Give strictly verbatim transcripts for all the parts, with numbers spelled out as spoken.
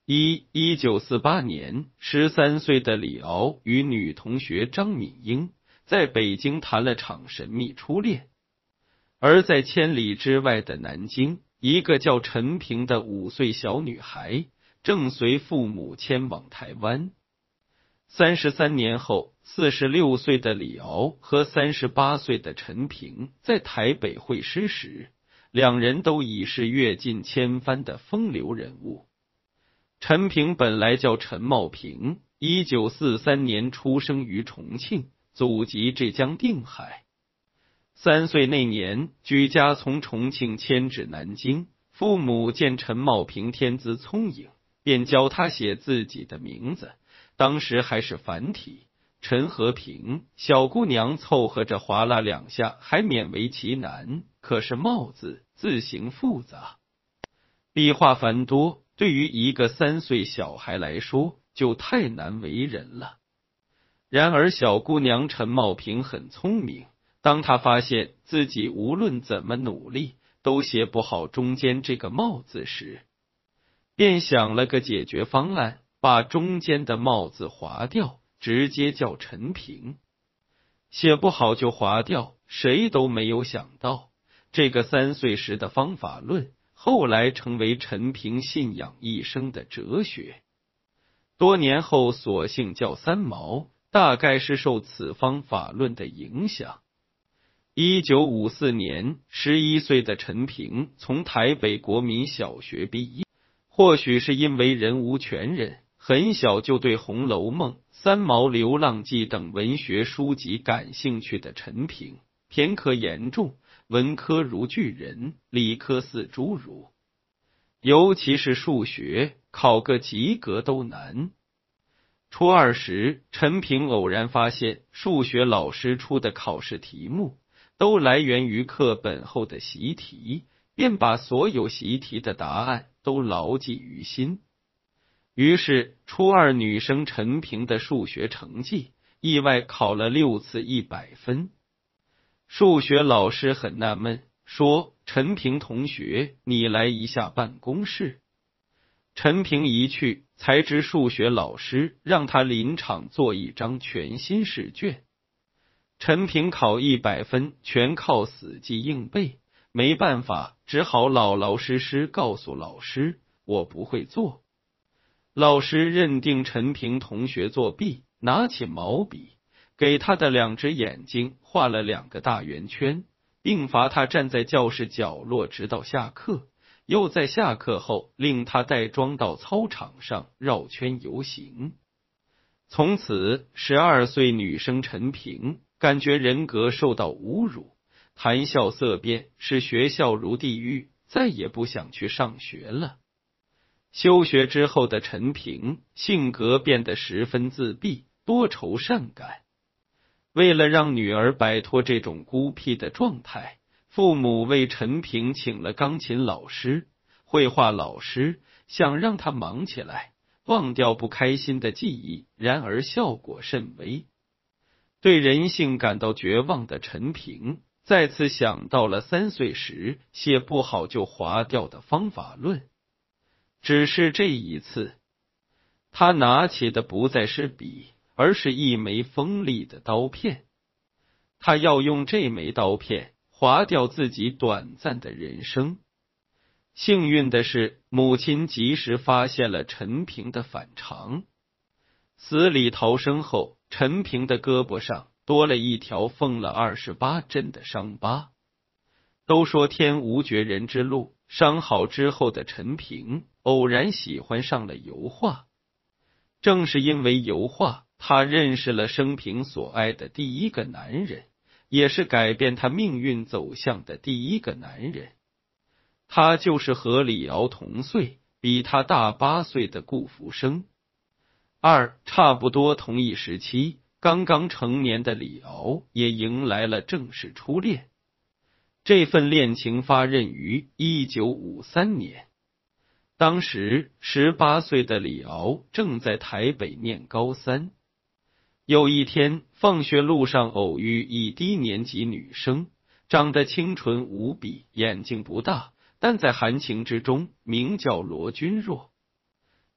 一一九四八年，十三岁的李敖与女同学张敏英在北京谈了场神秘初恋，而在千里之外的南京，一个叫陈平的五岁小女孩正随父母迁往台湾。三十三年后，四十六岁的李敖和三十八岁的陈平在台北会师时，两人都已是阅尽千帆的风流人物。陈平本来叫陈茂平，一九四三年出生于重庆，祖籍浙江定海。三岁那年，举家从重庆迁至南京，父母见陈茂平天资聪颖，便教他写自己的名字，当时还是繁体。陈和平，小姑娘凑合着划拉两下，还勉为其难。可是茂字字形复杂，笔画繁多，对于一个三岁小孩来说，就太难为人了。然而小姑娘陈茂平很聪明，当她发现自己无论怎么努力，都写不好中间这个茂字时，便想了个解决方案，把中间的茂字划掉，直接叫陈平。写不好就划掉，谁都没有想到，这个三岁时的方法论，后来成为陈平信仰一生的哲学。多年后索性叫三毛，大概是受此方法论的影响。一九五四年，十一岁的陈平从台北国民小学毕业。或许是因为人无全人，很小就对《红楼梦》《三毛流浪记》等文学书籍感兴趣的陈平，偏科严重，文科如巨人，理科似侏儒，尤其是数学，考个及格都难。初二时，陈平偶然发现数学老师出的考试题目都来源于课本后的习题，便把所有习题的答案都牢记于心。于是初二女生陈平的数学成绩意外考了六次一百分。数学老师很纳闷，说：“陈平同学，你来一下办公室。”陈平一去，才知数学老师让他临场做一张全新试卷。陈平考一百分全靠死记硬背，没办法，只好老老实实告诉老师，我不会做。老师认定陈平同学作弊，拿起毛笔给他的两只眼睛画了两个大圆圈，并罚他站在教室角落直到下课，又在下课后令他带妆到操场上绕圈游行。从此十二岁女生陈平感觉人格受到侮辱，谈笑色变，视学校如地狱，再也不想去上学了。休学之后的陈平性格变得十分自闭，多愁善感。为了让女儿摆脱这种孤僻的状态，父母为陈平请了钢琴老师、绘画老师，想让他忙起来，忘掉不开心的记忆，然而效果甚微。对人性感到绝望的陈平再次想到了三岁时写不好就划掉的方法论。只是这一次，他拿起的不再是笔，而是一枚锋利的刀片。他要用这枚刀片划掉自己短暂的人生。幸运的是，母亲及时发现了陈平的反常。死里逃生后，陈平的胳膊上多了一条缝了二十八针的伤疤。都说天无绝人之路，伤好之后的陈平偶然喜欢上了油画。正是因为油画，他认识了生平所爱的第一个男人，也是改变他命运走向的第一个男人。他就是和李敖同岁，比他大八岁的顾福生。二，差不多同一时期，刚刚成年的李敖也迎来了正式初恋。这份恋情发轫于一九五三年。当时十八岁的李敖正在台北念高三。有一天，放学路上偶遇一低年级女生，长得清纯无比，眼睛不大，但在含情之中名叫罗君若。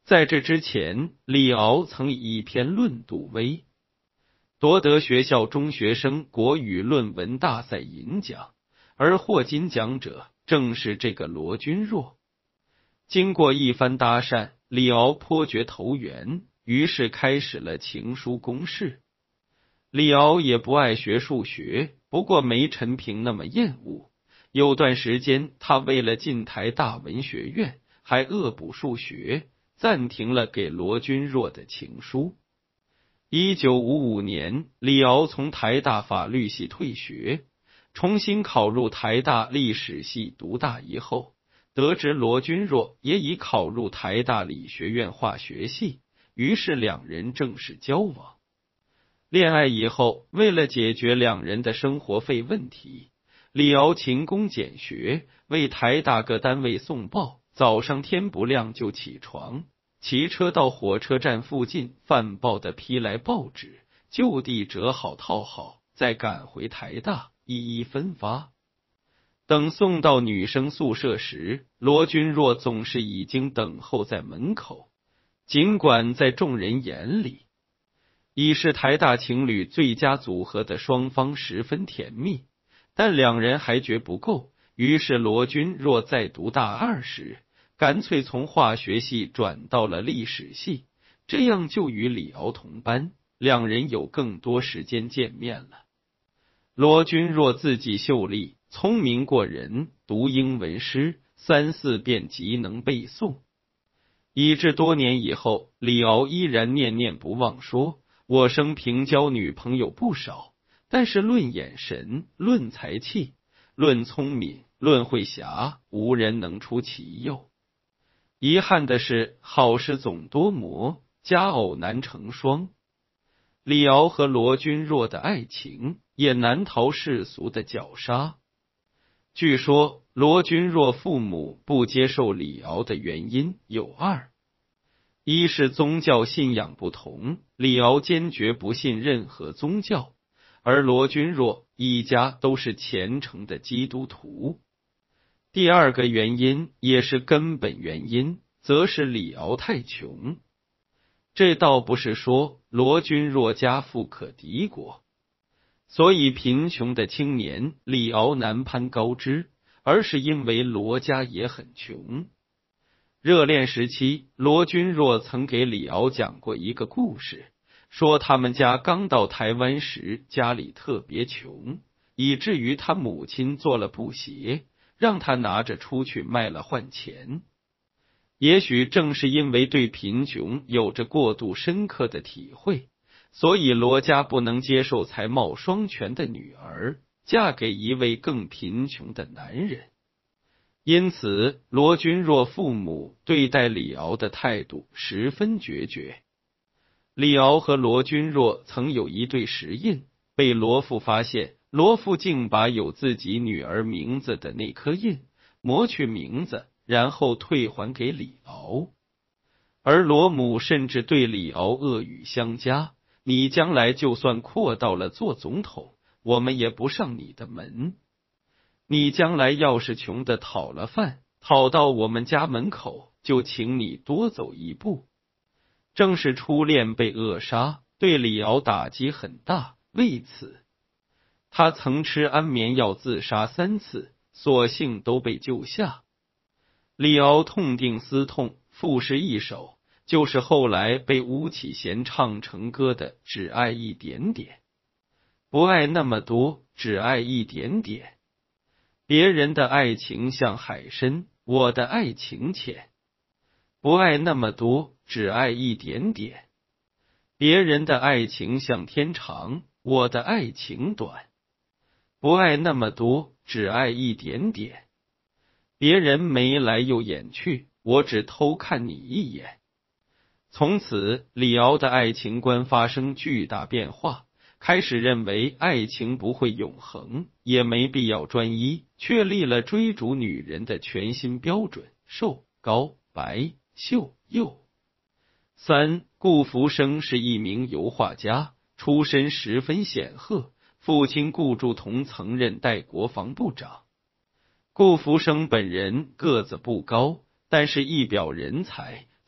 在这之前，李敖曾以一篇论杜威，夺得学校中学生国语论文大赛银奖，而获金奖者正是这个罗君若。经过一番搭讪，李敖颇觉投缘，于是开始了情书攻势。李敖也不爱学数学，不过没陈平那么厌恶。有段时间，他为了进台大文学院，还恶补数学，暂停了给罗君若的情书。一九五五年，李敖从台大法律系退学，重新考入台大历史系读大一后，得知罗君若也已考入台大理学院化学系，于是两人正式交往。恋爱以后，为了解决两人的生活费问题，李敖勤工俭学，为台大各单位送报，早上天不亮就起床，骑车到火车站附近贩报的批来报纸，就地折好套好，再赶回台大一一分发。等送到女生宿舍时，罗君若总是已经等候在门口。尽管在众人眼里，已是台大情侣最佳组合的双方十分甜蜜，但两人还觉不够，于是罗君若在读大二时，干脆从化学系转到了历史系，这样就与李敖同班，两人有更多时间见面了。罗君若自己秀丽，聪明过人，读英文诗三四遍即能背诵，以致多年以后，李敖依然念念不忘说，我生平交女朋友不少，但是论眼神，论才气，论聪明，论慧侠，无人能出其右。遗憾的是，好事总多磨，佳偶难成双。李敖和罗君若的爱情也难逃世俗的绞杀。据说罗君若父母不接受李敖的原因有二：一是宗教信仰不同，李敖坚决不信任何宗教，而罗君若一家都是虔诚的基督徒。第二个原因，也是根本原因，则是李敖太穷。这倒不是说罗君若家富可敌国，所以贫穷的青年李敖难攀高枝，而是因为罗家也很穷。热恋时期，罗君若曾给李敖讲过一个故事，说他们家刚到台湾时，家里特别穷，以至于他母亲做了布鞋，让他拿着出去卖了换钱。也许正是因为对贫穷有着过度深刻的体会，所以罗家不能接受才貌双全的女儿嫁给一位更贫穷的男人。因此，罗君若父母对待李敖的态度十分决绝。李敖和罗君若曾有一对石印，被罗父发现，罗父竟把有自己女儿名字的那颗印磨去名字，然后退还给李敖。而罗母甚至对李敖恶语相加，你将来就算扩到了做总统，我们也不上你的门。你将来要是穷的讨了饭，讨到我们家门口，就请你多走一步。正是初恋被扼杀，对李敖打击很大，为此他曾吃安眠药自杀三次，所幸都被救下。李敖痛定思痛，赋诗一首，就是后来被巫启贤唱成歌的《只爱一点点》。不爱那么多，只爱一点点。别人的爱情像海深，我的爱情浅。不爱那么多，只爱一点点。别人的爱情像天长，我的爱情短。不爱那么多，只爱一点点。别人眉来又眼去，我只偷看你一眼。从此，李敖的爱情观发生巨大变化，开始认为爱情不会永恒，也没必要专一，确立了追逐女人的全新标准：瘦、高、白、秀、幼。三，顾福生是一名油画家，出身十分显赫，父亲顾祝同曾任代国防部长。顾福生本人个子不高，但是一表人才，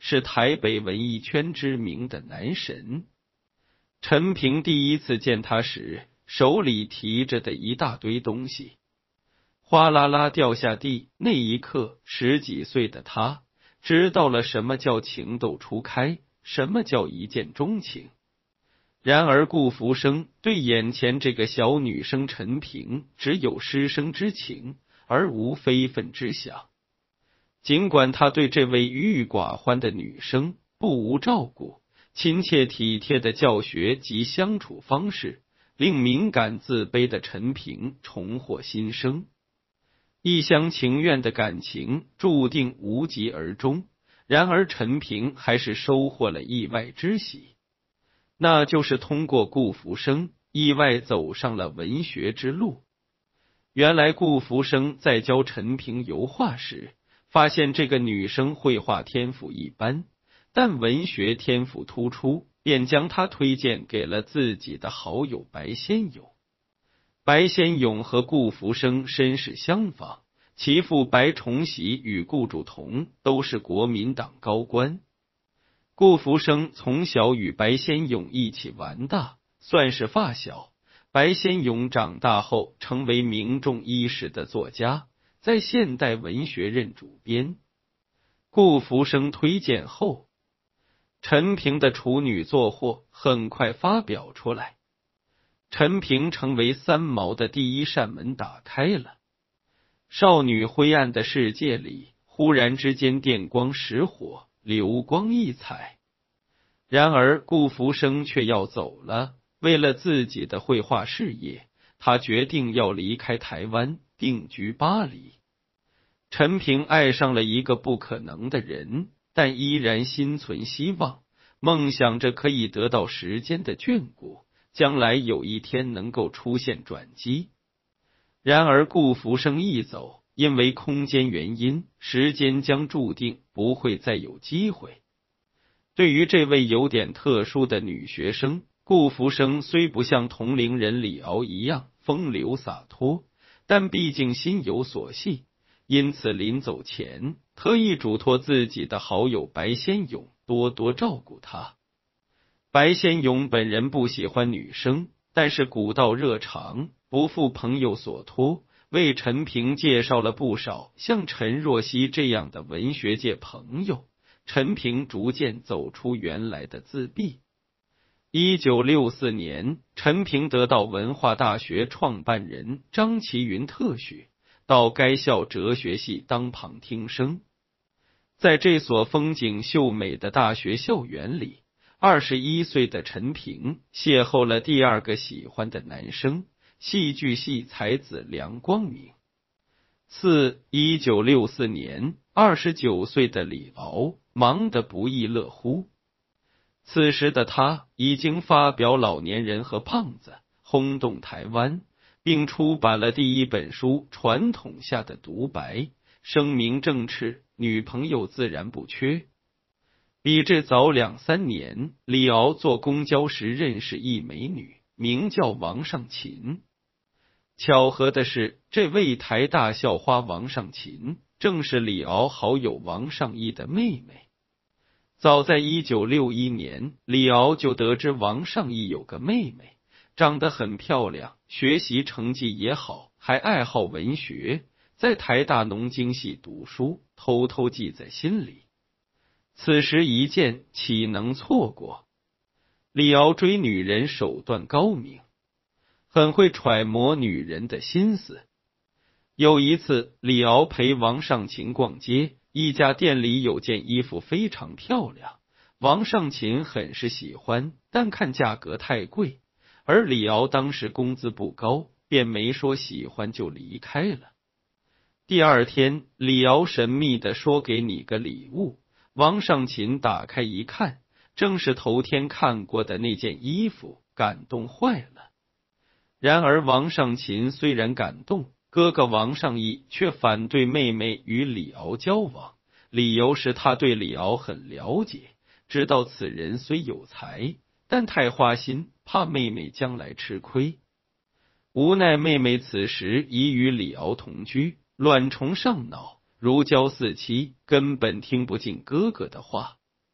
是台北文艺圈知名的男神。陈平第一次见他时，手里提着的一大堆东西哗啦啦掉下地，那一刻，十几岁的他知道了什么叫情窦初开，什么叫一见钟情。然而顾福生对眼前这个小女生陈平只有师生之情，而无非分之想。尽管他对这位郁郁寡欢的女生不无照顾，亲切体贴的教学及相处方式令敏感自卑的陈平重获新生。一厢情愿的感情注定无疾而终，然而陈平还是收获了意外之喜，那就是通过顾福生意外走上了文学之路。原来顾福生在教陈平油画时，发现这个女生绘画天赋一般，但文学天赋突出，便将她推荐给了自己的好友白先勇。白先勇和顾福生身世相仿，其父白崇禧与顾祝同都是国民党高官。顾福生从小与白先勇一起玩大，算是发小。白先勇长大后成为名重一时的作家，在现代文学任主编。顾福生推荐后，陈平的处女作货很快发表出来，陈平成为三毛的第一扇门打开了。少女灰暗的世界里，忽然之间电光石火，流光溢彩。然而顾福生却要走了，为了自己的绘画事业，他决定要离开台湾，定居巴黎。陈平爱上了一个不可能的人，但依然心存希望，梦想着可以得到时间的眷顾，将来有一天能够出现转机。然而顾福生一走，因为空间原因，时间将注定不会再有机会。对于这位有点特殊的女学生，顾福生虽不像同龄人李敖一样风流洒脱，但毕竟心有所系，因此临走前特意嘱托自己的好友白先勇多多照顾她。白先勇本人不喜欢女生，但是古道热肠，不负朋友所托，为陈平介绍了不少像陈若曦这样的文学界朋友。陈平逐渐走出原来的自闭。一九六四年，陈平得到文化大学创办人张其云特许，到该校哲学系当旁听生。在这所风景秀美的大学校园里，二十一岁的陈平邂逅了第二个喜欢的男生，戏剧系才子梁光明。四一九六四年，二十九岁的李敖忙得不亦乐乎。此时的他已经发表《老年人和胖子》，轰动台湾，并出版了第一本书《传统下的独白》，声名正炽，女朋友自然不缺。比这早两三年，李敖坐公交时认识一美女，名叫王尚琴。巧合的是，这位台大校花王尚琴正是李敖好友王尚义的妹妹。早在一九六一年，李敖就得知王尚义有个妹妹，长得很漂亮，学习成绩也好，还爱好文学，在台大农经系读书，偷偷记在心里。此时一见，岂能错过？李敖追女人手段高明，很会揣摩女人的心思。有一次，李敖陪王尚琴逛街，一家店里有件衣服非常漂亮，王尚琴很是喜欢，但看价格太贵，而李敖当时工资不高，便没说喜欢就离开了。第二天，李敖神秘地说给你个礼物，王尚琴打开一看，正是头天看过的那件衣服，感动坏了。然而王尚琴虽然感动，哥哥王尚义却反对妹妹与李敖交往，理由是他对李敖很了解，知道此人虽有才，但太花心，怕妹妹将来吃亏。无奈妹妹此时已与李敖同居，乱虫上脑，如胶似漆，根本听不进哥哥的话。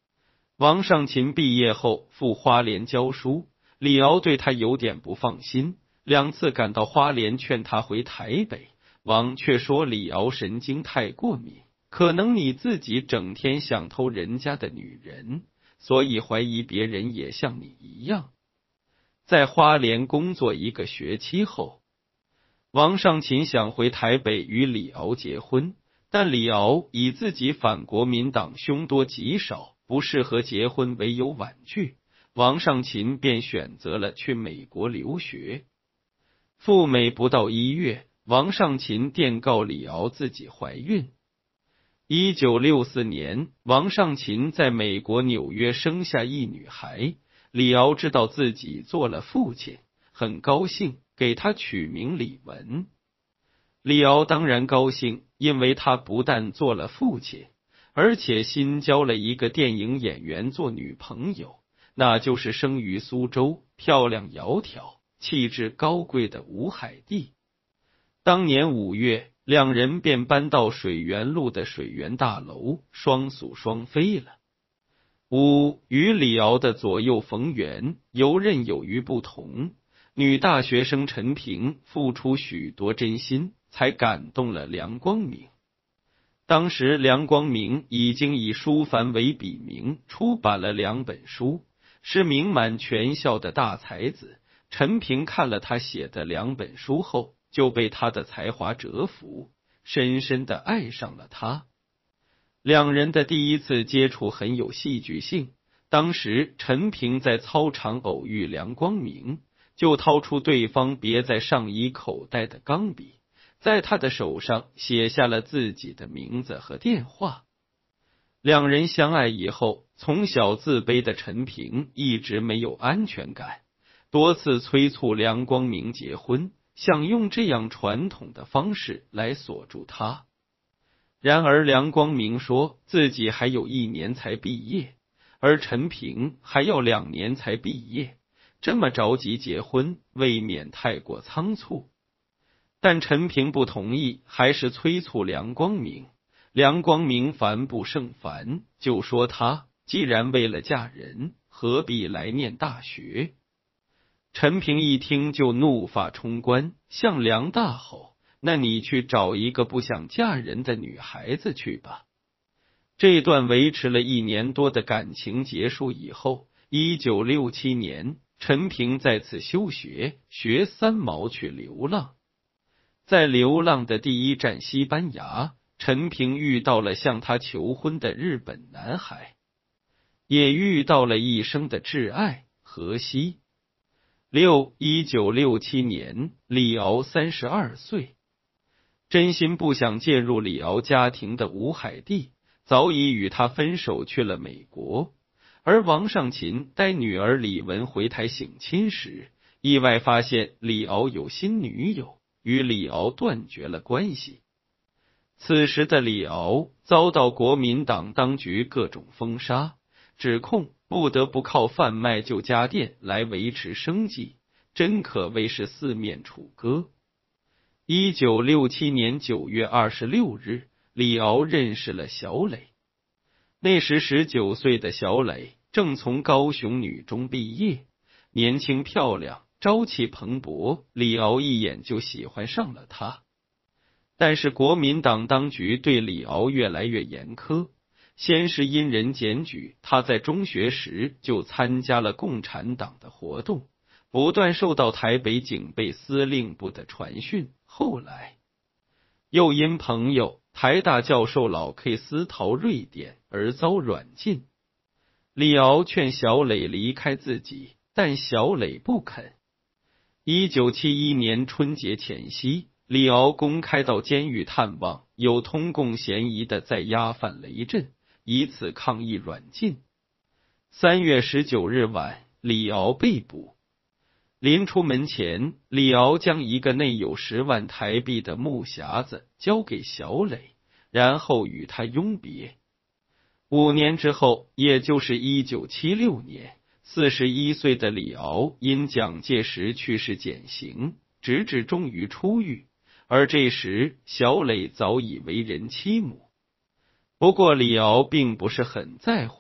王尚勤毕业后赴花莲教书，李敖对他有点不放心，两次赶到花莲劝他回台北，王却说李敖神经太过敏，可能你自己整天想偷人家的女人，所以怀疑别人也像你一样。在花莲工作一个学期后，王尚勤想回台北与李敖结婚，但李敖以自己反国民党凶多吉少，不适合结婚为由婉拒，王尚勤便选择了去美国留学。赴美不到一月，王尚勤电告李敖自己怀孕。一九六四年，王尚勤在美国纽约生下一女孩，李敖知道自己做了父亲，很高兴，给她取名李文。李敖当然高兴，因为他不但做了父亲，而且新交了一个电影演员做女朋友，那就是生于苏州、漂亮窈窕、气质高贵的吴海蒂。当年五月，两人便搬到水源路的水源大楼，双宿双飞了。五与李敖的左右逢源，游刃有余不同。女大学生陈平付出许多真心，才感动了梁光明。当时梁光明已经以舒凡为笔名出版了两本书，是名满全校的大才子。陈平看了他写的两本书后，就被他的才华折服，深深地爱上了他。两人的第一次接触很有戏剧性，当时陈平在操场偶遇梁光明，就掏出对方别在上衣口袋的钢笔，在他的手上写下了自己的名字和电话。两人相爱以后，从小自卑的陈平一直没有安全感，多次催促梁光明结婚，想用这样传统的方式来锁住他。然而梁光明说自己还有一年才毕业，而陈平还要两年才毕业，这么着急结婚，未免太过仓促。但陈平不同意，还是催促梁光明。梁光明烦不胜烦，就说他既然为了嫁人，何必来念大学？陈平一听就怒发冲冠，向梁大吼：那你去找一个不想嫁人的女孩子去吧。这段维持了一年多的感情结束以后，一九六七年，陈平再次休学，学三毛去流浪。在流浪的第一站西班牙，陈平遇到了向他求婚的日本男孩，也遇到了一生的挚爱荷西。六一九六七年，李敖三十二岁。真心不想介入李敖家庭的吴海蒂，早已与他分手去了美国。而王尚勤带女儿李文回台省亲时，意外发现李敖有新女友，与李敖断绝了关系。此时的李敖遭到国民党当局各种封杀，指控不得不靠贩卖旧家电来维持生计，真可谓是四面楚歌。一九六七年九月二十六日，李敖认识了小磊。那时十九岁的小磊正从高雄女中毕业，年轻漂亮，朝气蓬勃，李敖一眼就喜欢上了她。但是国民党当局对李敖越来越严苛，先是因人检举他在中学时就参加了共产党的活动，不断受到台北警备司令部的传讯，后来又因朋友台大教授老 K 私逃瑞典而遭软禁。李敖劝小磊离开自己，但小磊不肯。一九七一年春节前夕，李敖公开到监狱探望有通共嫌疑的在押犯雷震，以此抗议软禁。三月十九日晚，李敖被捕。临出门前，李敖将一个内有十万台币的木匣子交给小磊，然后与他拥别。五年之后，也就是一九七六年，四十一岁的李敖因蒋介石去世减刑，直至终于出狱，而这时小磊早已为人妻母。不过李敖并不是很在乎，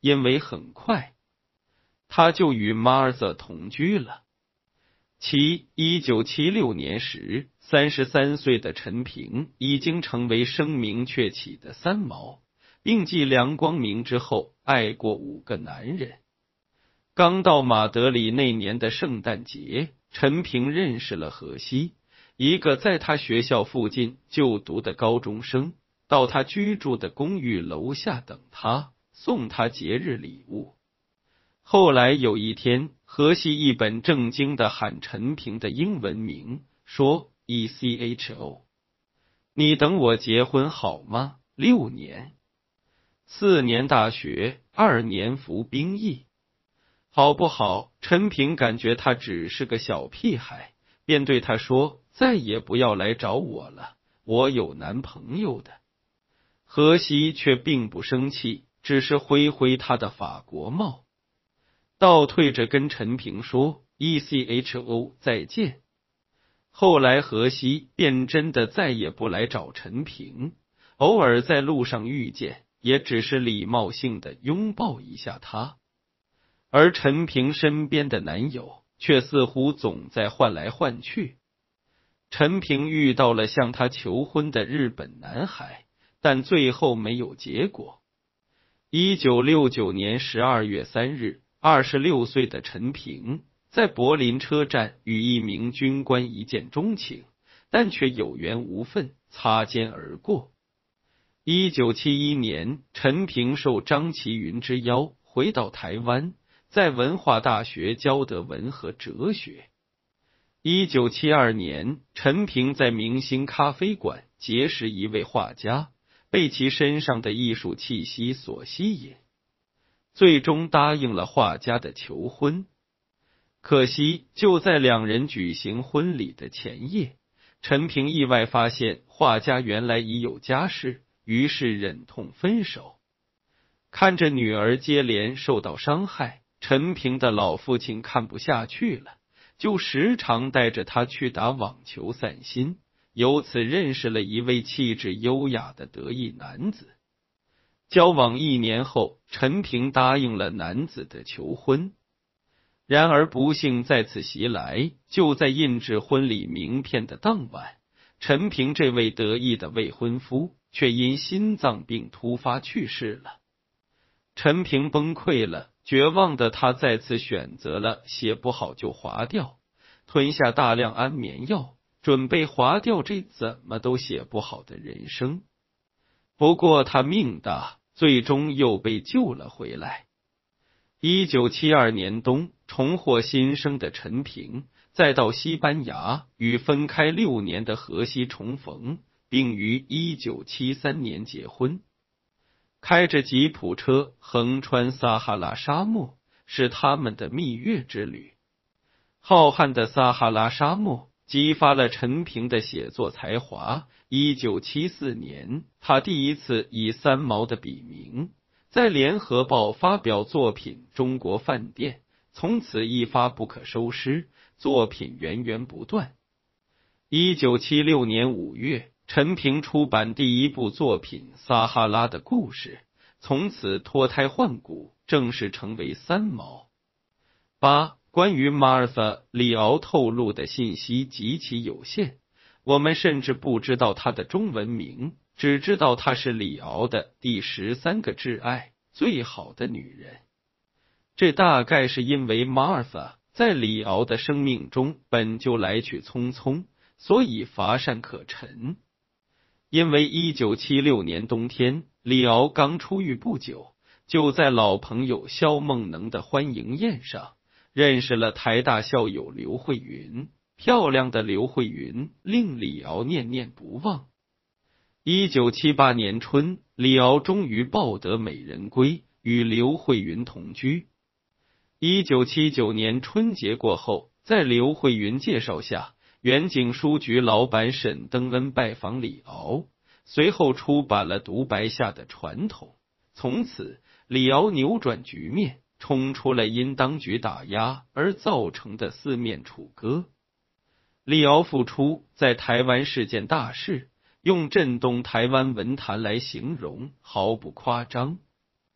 因为很快他就与 Martha 同居了。其一九七六年时，三十三岁的陈平已经成为声名鹊起的三毛，并继梁光明之后爱过五个男人。刚到马德里那年的圣诞节，陈平认识了荷西，一个在他学校附近就读的高中生，到他居住的公寓楼下等他，送他节日礼物。后来有一天，荷西一本正经地喊陈平的英文名，说 E C H O， 你等我结婚好吗？六年，四年大学，二年服兵役，好不好？陈平感觉他只是个小屁孩，便对他说，再也不要来找我了，我有男朋友的。荷西却并不生气，只是挥挥他的法国帽，倒退着跟陈平说 E C H O 再见。后来荷西便真的再也不来找陈平，偶尔在路上遇见，也只是礼貌性的拥抱一下他。而陈平身边的男友却似乎总在换来换去。陈平遇到了向他求婚的日本男孩，但最后没有结果。一九六九年十二月三日，二十六岁的陈平在柏林车站与一名军官一见钟情，但却有缘无分，擦肩而过。一九七一年，陈平受张其云之邀回到台湾，在文化大学教德文和哲学。一九七二年，陈平在明星咖啡馆结识一位画家，被其身上的艺术气息所吸引，最终答应了画家的求婚。可惜就在两人举行婚礼的前夜，陈平意外发现画家原来已有家室，于是忍痛分手。看着女儿接连受到伤害，陈平的老父亲看不下去了，就时常带着他去打网球散心，由此认识了一位气质优雅的德裔男子。交往一年后，陈平答应了男子的求婚。然而不幸再次袭来，就在印制婚礼名片的当晚，陈平这位得意的未婚夫却因心脏病突发去世了。陈平崩溃了，绝望的他再次选择了写不好就划掉，吞下大量安眠药，准备划掉这怎么都写不好的人生。不过他命大，最终又被救了回来。一九七二年冬，重获新生的陈平再到西班牙与分开六年的荷西重逢，并于一九七三年结婚。开着吉普车横穿撒哈拉沙漠，是他们的蜜月之旅。浩瀚的撒哈拉沙漠激发了陈平的写作才华。一九七四年，他第一次以三毛的笔名在联合报发表作品《中国饭店》，从此一发不可收拾，作品源源不断。一九七六年五月，陈平出版第一部作品《撒哈拉的故事》，从此脱胎换骨，正式成为三毛。八、关于 Martha 李敖透露的信息极其有限，我们甚至不知道她的中文名，只知道她是李敖的第十三个挚爱，最好的女人。这大概是因为 Martha 在李敖的生命中本就来去匆匆，所以乏善可陈。因为一九七六年冬天，李敖刚出狱不久，就在老朋友萧梦能的欢迎宴上认识了台大校友刘慧云。漂亮的刘慧云令李敖念念不忘。一九七八年春，李敖终于抱得美人归，与刘慧云同居。一九七九年春节过后，在刘慧云介绍下，远景书局老板沈登恩拜访李敖，随后出版了《独白下的传统》。从此，李敖扭转局面，冲出了因当局打压而造成的四面楚歌。李敖复出在台湾是件大事，用震动台湾文坛来形容毫不夸张。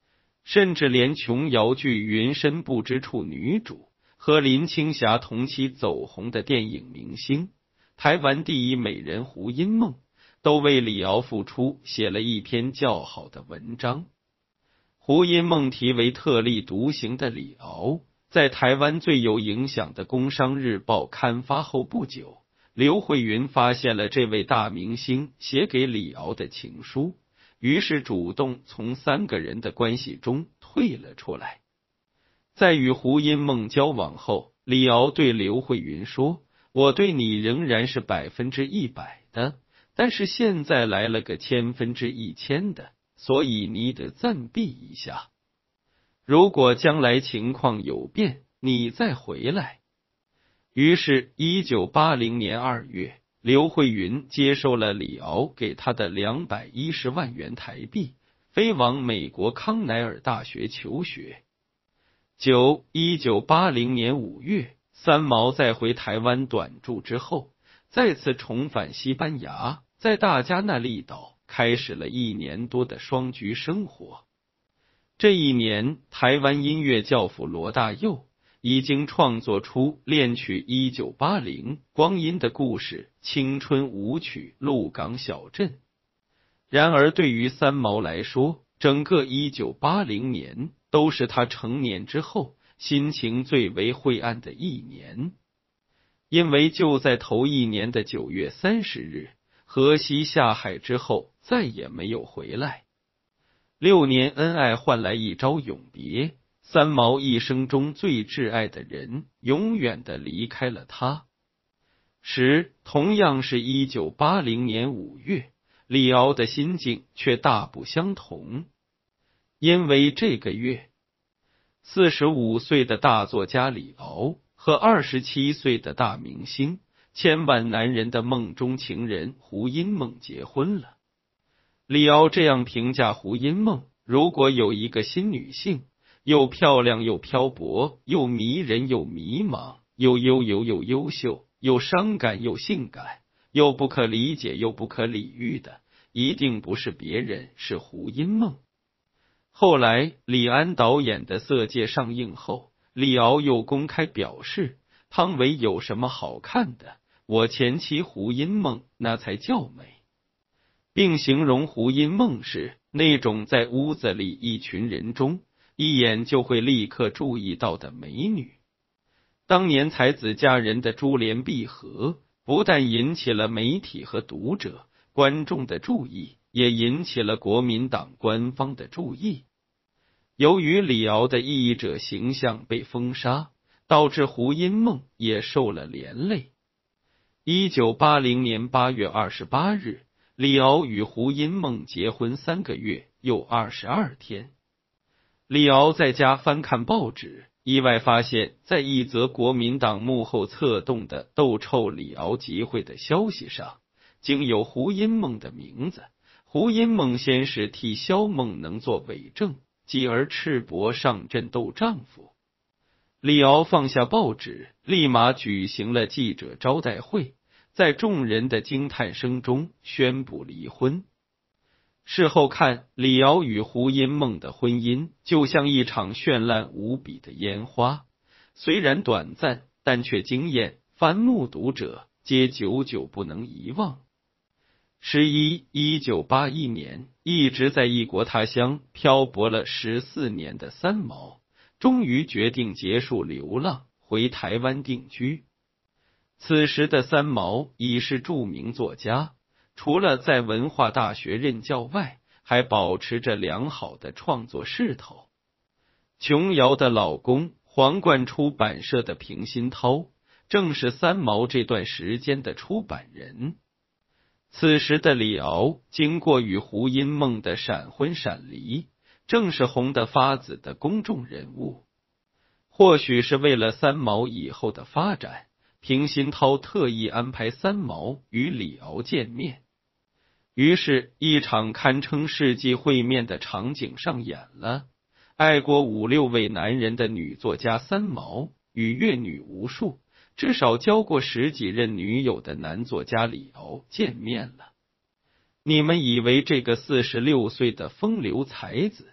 甚至连琼瑶剧《云深不知处》女主和林青霞同期走红的电影明星、台湾第一美人胡因梦，都为李敖复出写了一篇较好的文章。胡因梦题为特立独行的李敖，在台湾最有影响的《工商日报》刊发后不久，刘慧云发现了这位大明星写给李敖的情书，于是主动从三个人的关系中退了出来。在与胡因梦交往后，李敖对刘慧云说：“我对你仍然是百分之一百的，但是现在来了个千分之一千的，所以你得暂避一下。如果将来情况有变，你再回来。”于是一九八零年二月，刘慧云接受了李敖给他的两百一十万元台币，飞往美国康奈尔大学求学。九一九八零年五月，三毛在回台湾短驻之后，再次重返西班牙，在大加那利岛开始了一年多的双居生活。这一年，台湾音乐教父罗大佑已经创作出恋曲一九八零、光阴的故事、青春舞曲、鹿港小镇。然而对于三毛来说，整个一九八零年都是他成年之后心情最为晦暗的一年。因为就在头一年的九月三十日，荷西下海之后再也没有回来。六年恩爱换来一朝永别，三毛一生中最挚爱的人永远的离开了他。十，同样是一九八零年五月，李敖的心境却大不相同。因为这个月，四十五岁的大作家李敖和二十七岁的大明星、千万男人的梦中情人胡因梦结婚了。李敖这样评价胡因梦：如果有一个新女性，又漂亮又漂泊，又迷人又迷茫，又悠游又优秀，又伤感又性感，又不可理解又不可理喻的，一定不是别人，是胡因梦。后来李安导演的《色戒》上映后，李敖又公开表示，汤唯有什么好看的，我前妻胡因梦那才叫美，并形容胡因梦是那种在屋子里一群人中一眼就会立刻注意到的美女。当年才子佳人的珠联璧合，不但引起了媒体和读者、观众的注意，也引起了国民党官方的注意。由于李敖的异议者形象被封杀，导致胡因梦也受了连累。一九八零年八月二十八日，李敖与胡因梦结婚三个月又二十二天。李敖在家翻看报纸，意外发现，在一则国民党幕后策动的斗臭李敖集会的消息上，竟有胡因梦的名字。胡因梦先是替萧梦能做伪证，继而赤膊上阵斗丈夫。李敖放下报纸，立马举行了记者招待会，在众人的惊叹声中宣布离婚。事后看，李敖与胡因梦的婚姻就像一场绚烂无比的烟花，虽然短暂，但却惊艳，凡目睹者皆久久不能遗忘。十一，一九八一年，一直在异国他乡漂泊了十四年的三毛，终于决定结束流浪，回台湾定居。此时的三毛已是著名作家，除了在文化大学任教外，还保持着良好的创作势头。琼瑶的老公皇冠出版社的平鑫涛，正是三毛这段时间的出版人。此时的李敖经过与胡因梦的闪婚闪离，正是红得发紫的公众人物。或许是为了三毛以后的发展，平鑫涛特意安排三毛与李敖见面。于是，一场堪称世纪会面的场景上演了。爱过五六位男人的女作家三毛，与阅女无数，至少交过十几任女友的男作家李敖见面了。你们以为这个四十六岁的风流才子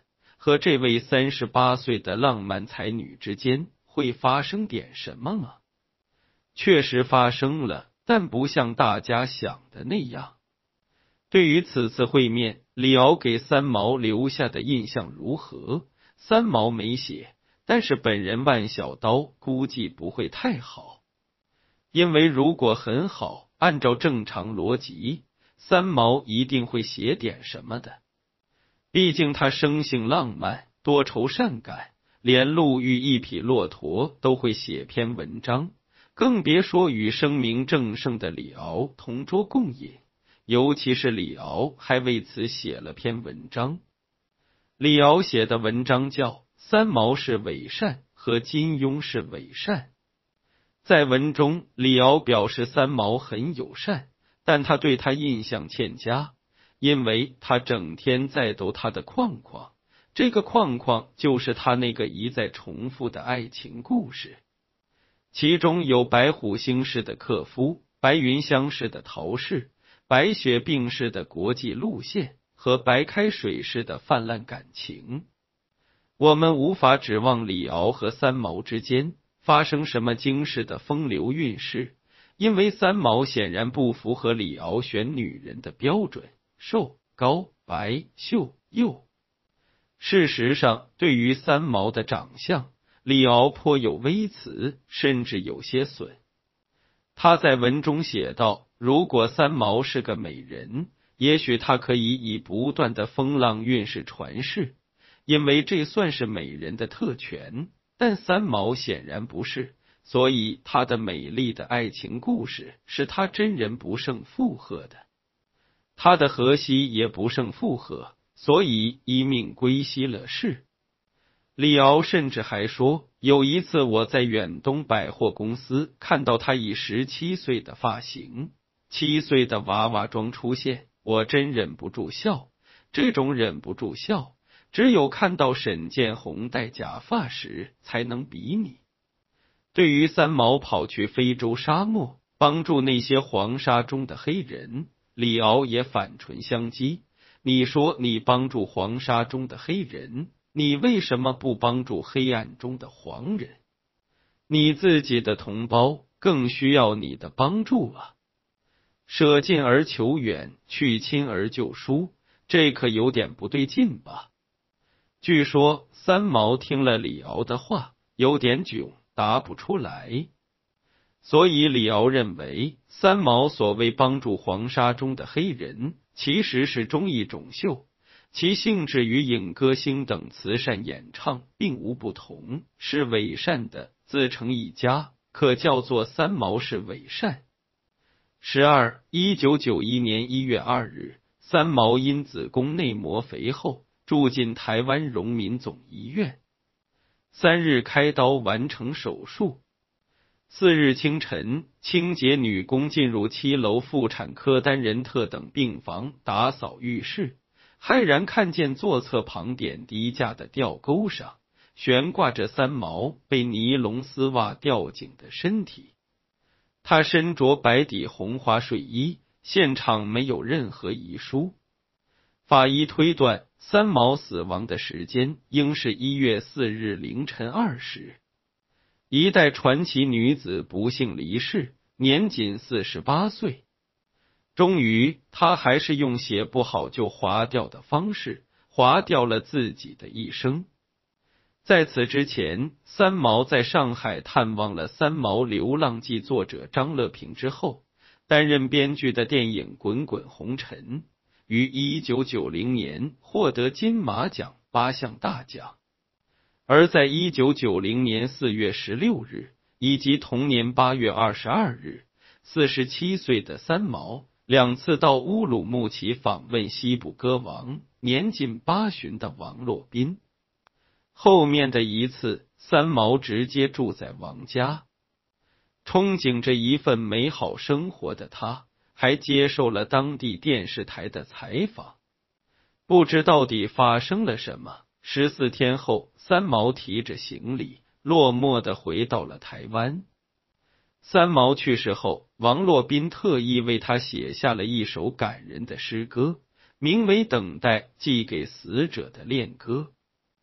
和这位三十八岁的浪漫才女之间会发生点什么吗？确实发生了，但不像大家想的那样。对于此次会面，李敖给三毛留下的印象如何？三毛没写，但是本人万小刀估计不会太好，因为如果很好，按照正常逻辑，三毛一定会写点什么的。毕竟他生性浪漫，多愁善感，连路遇一匹骆驼都会写篇文章，更别说与声名正盛的李敖同桌共饮。尤其是李敖还为此写了篇文章。李敖写的文章叫《三毛是伪善和金庸是伪善》。在文中，李敖表示三毛很友善，但他对他印象欠佳，因为他整天在逗他的框框，这个框框就是他那个一再重复的爱情故事，其中有白虎星式的克夫、白云香式的陶氏、白雪病式的国际路线和白开水式的泛滥感情。我们无法指望李敖和三毛之间发生什么惊世的风流韵事，因为三毛显然不符合李敖选女人的标准，瘦、高、白、秀、幼。事实上，对于三毛的长相，李敖颇有微词，甚至有些损。他在文中写道，如果三毛是个美人，也许他可以以不断的风浪韵事传世，因为这算是美人的特权，但三毛显然不是，所以他的美丽的爱情故事是他真人不胜负荷的，他的荷西也不胜负荷，所以一命归西了事。李敖甚至还说，有一次我在远东百货公司看到他以十七岁的发型、七岁的娃娃装出现，我真忍不住笑。这种忍不住笑，只有看到沈建宏戴假发时才能比拟。对于三毛跑去非洲沙漠帮助那些黄沙中的黑人，李敖也反唇相讥，你说你帮助黄沙中的黑人，你为什么不帮助黑暗中的黄人？你自己的同胞更需要你的帮助啊！舍近而求远，去亲而就疏，这可有点不对劲吧？据说三毛听了李敖的话，有点囧，答不出来。所以李敖认为，三毛所谓帮助黄沙中的黑人，其实是综艺种秀，其性质与影歌星等慈善演唱并无不同，是伪善的，自成一家，可叫做三毛是伪善。十二，一九九一年一月二日，三毛因子宫内膜肥厚，住进台湾荣民总医院。三日开刀完成手术。四日清晨，清洁女工进入七楼妇产科单人特等病房打扫浴室，骇然看见座侧旁点滴架的吊钩上悬挂着三毛被尼龙丝袜吊颈的身体。他身着白底红花睡衣，现场没有任何遗书。法医推断，三毛死亡的时间应是一月四日凌晨二时。一代传奇女子不幸离世，年仅四十八岁。终于，她还是用写不好就划掉的方式，划掉了自己的一生。在此之前，三毛在上海探望了《三毛流浪记》作者张乐平之后，担任编剧的电影《滚滚红尘》于一九九零年获得金马奖八项大奖。而在一九九零年四月十六日以及同年八月二十二日，四十七岁的三毛两次到乌鲁木齐访问西部歌王年近八旬的王洛宾。后面的一次，三毛直接住在王家。憧憬着一份美好生活的他，还接受了当地电视台的采访。不知到底发生了什么，十四天后，三毛提着行李，落寞地回到了台湾。三毛去世后，王洛宾特意为他写下了一首感人的诗歌，名为《等待寄给死者的恋歌》。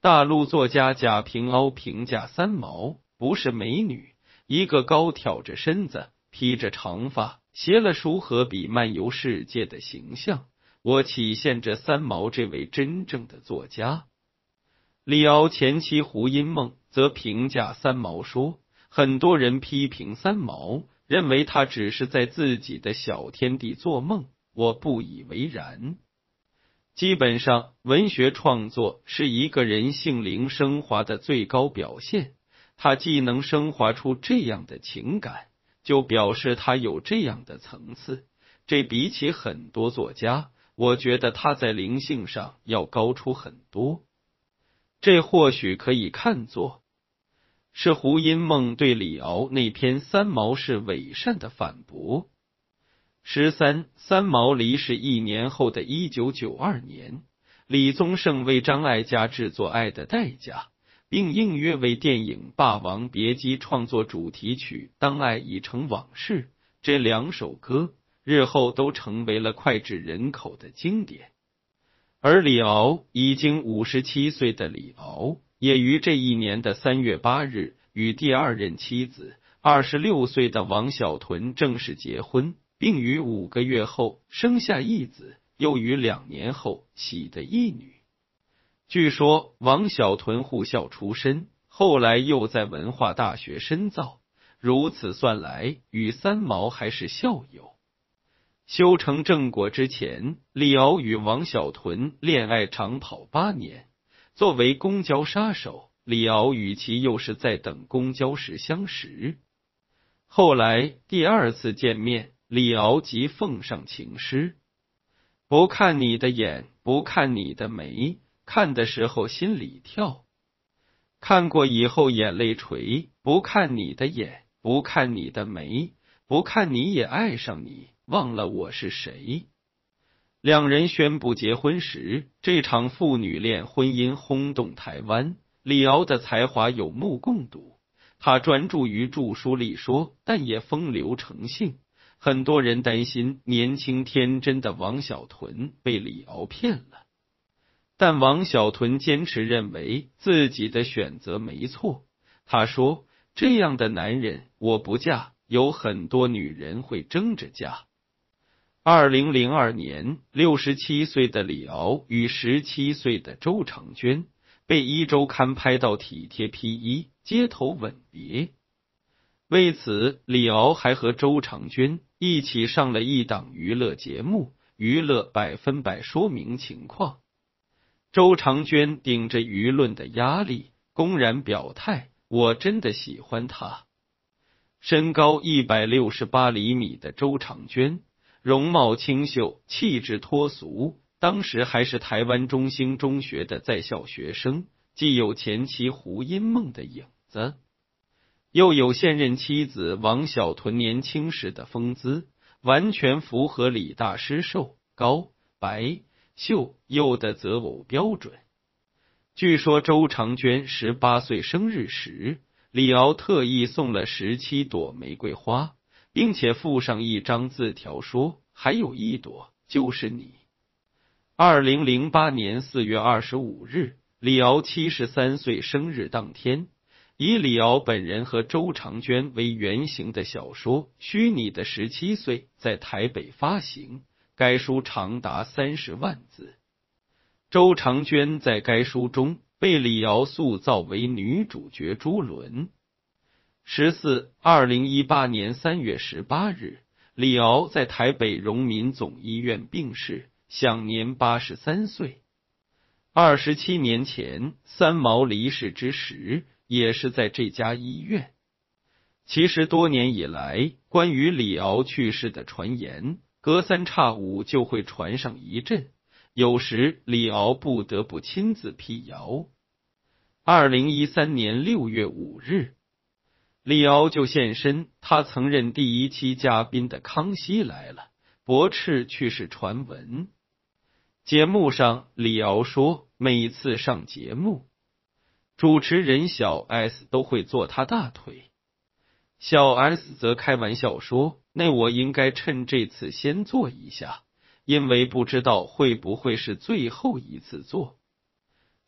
大陆作家贾平凹评价三毛，不是美女，一个高挑着身子，披着长发，携了书和笔漫游世界的形象，我体现着三毛这位真正的作家。李敖前妻胡因梦则评价三毛说，很多人批评三毛，认为他只是在自己的小天地做梦，我不以为然。基本上，文学创作是一个人性灵升华的最高表现，他既能升华出这样的情感，就表示他有这样的层次，这比起很多作家，我觉得他在灵性上要高出很多。这或许可以看作是胡因梦对李敖那篇三毛是伪善的反驳。十三，三毛离世一年后的一九九二年，李宗盛为张艾嘉制作《爱的代价》，并应约为电影《霸王别姬》创作主题曲《当爱已成往事》，这两首歌日后都成为了脍炙人口的经典。而李敖已经五十七岁的李敖，也于这一年的三月八日与第二任妻子二十六岁的王小屯正式结婚，并于五个月后生下一子，又于两年后喜得一女。据说王小屯护校出身，后来又在文化大学深造，如此算来，与三毛还是校友。修成正果之前，李敖与王小屯恋爱长跑八年。作为公交杀手，李敖与其又是在等公交时相识。后来第二次见面，李敖即奉上情诗：不看你的眼，不看你的眉，看的时候心里跳，看过以后眼泪垂，不看你的眼，不看你的眉，不看你也爱上你，忘了我是谁。两人宣布结婚时，这场父女恋婚姻轰动台湾。李敖的才华有目共睹，他专注于著书立说，但也风流成性。很多人担心年轻天真的王小屯被李敖骗了，但王小屯坚持认为自己的选择没错。他说，这样的男人我不嫁，有很多女人会争着嫁。二零零二年，六十七岁的李敖与十七岁的周长娟被一周刊拍到体贴披衣，街头吻别。为此，李敖还和周长娟一起上了一档娱乐节目，娱乐百分百说明情况。周长娟顶着舆论的压力，公然表态，我真的喜欢他。身高一百六十八厘米的周长娟，容貌清秀，气质脱俗，当时还是台湾中兴中学的在校学生，既有前妻胡因梦的影子，又有现任妻子王小屯年轻时的风姿，完全符合李大师瘦、高、白、秀、幼的择偶标准。据说周长娟十八岁生日时，李敖特意送了十七朵玫瑰花，并且附上一张字条说，还有一朵就是你。二零零八年四月二十五日，李敖七十三岁生日当天，以李敖本人和周长娟为原型的小说《虚拟的十七岁》在台北发行，该书长达三十万字。周长娟在该书中被李敖塑造为女主角朱伦。十四，二零一八年三月十八日，李敖在台北荣民总医院病逝，享年八十三岁。二十七年前，三毛离世之时，也是在这家医院。其实多年以来，关于李敖去世的传言，隔三差五就会传上一阵，有时李敖不得不亲自辟谣。二零一三年六月五日，李敖就现身他曾任第一期嘉宾的《康熙来了》驳斥去世传闻。节目上，李敖说，每次上节目，主持人小 S 都会坐他大腿。小 S 则开玩笑说，那我应该趁这次先坐一下，因为不知道会不会是最后一次坐。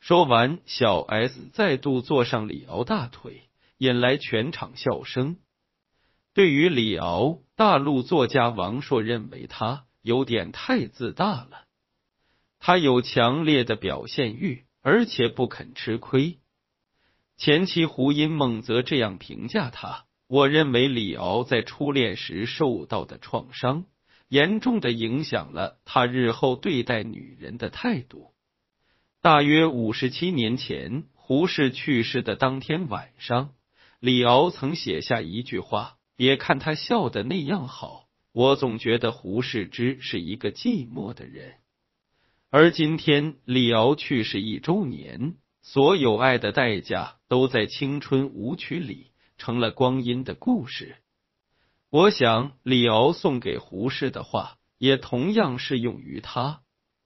说完，小 S 再度坐上李敖大腿，引来全场笑声。对于李敖，大陆作家王朔认为他有点太自大了。他有强烈的表现欲，而且不肯吃亏。前妻胡因梦则这样评价他：我认为李敖在初恋时受到的创伤，严重的影响了他日后对待女人的态度。大约五十七年前，胡适去世的当天晚上，李敖曾写下一句话：别看他笑得那样好，我总觉得胡适之是一个寂寞的人。而今天李敖去世一周年，所有爱的代价都在青春舞曲里成了光阴的故事。我想李敖送给胡适的话也同样适用于他。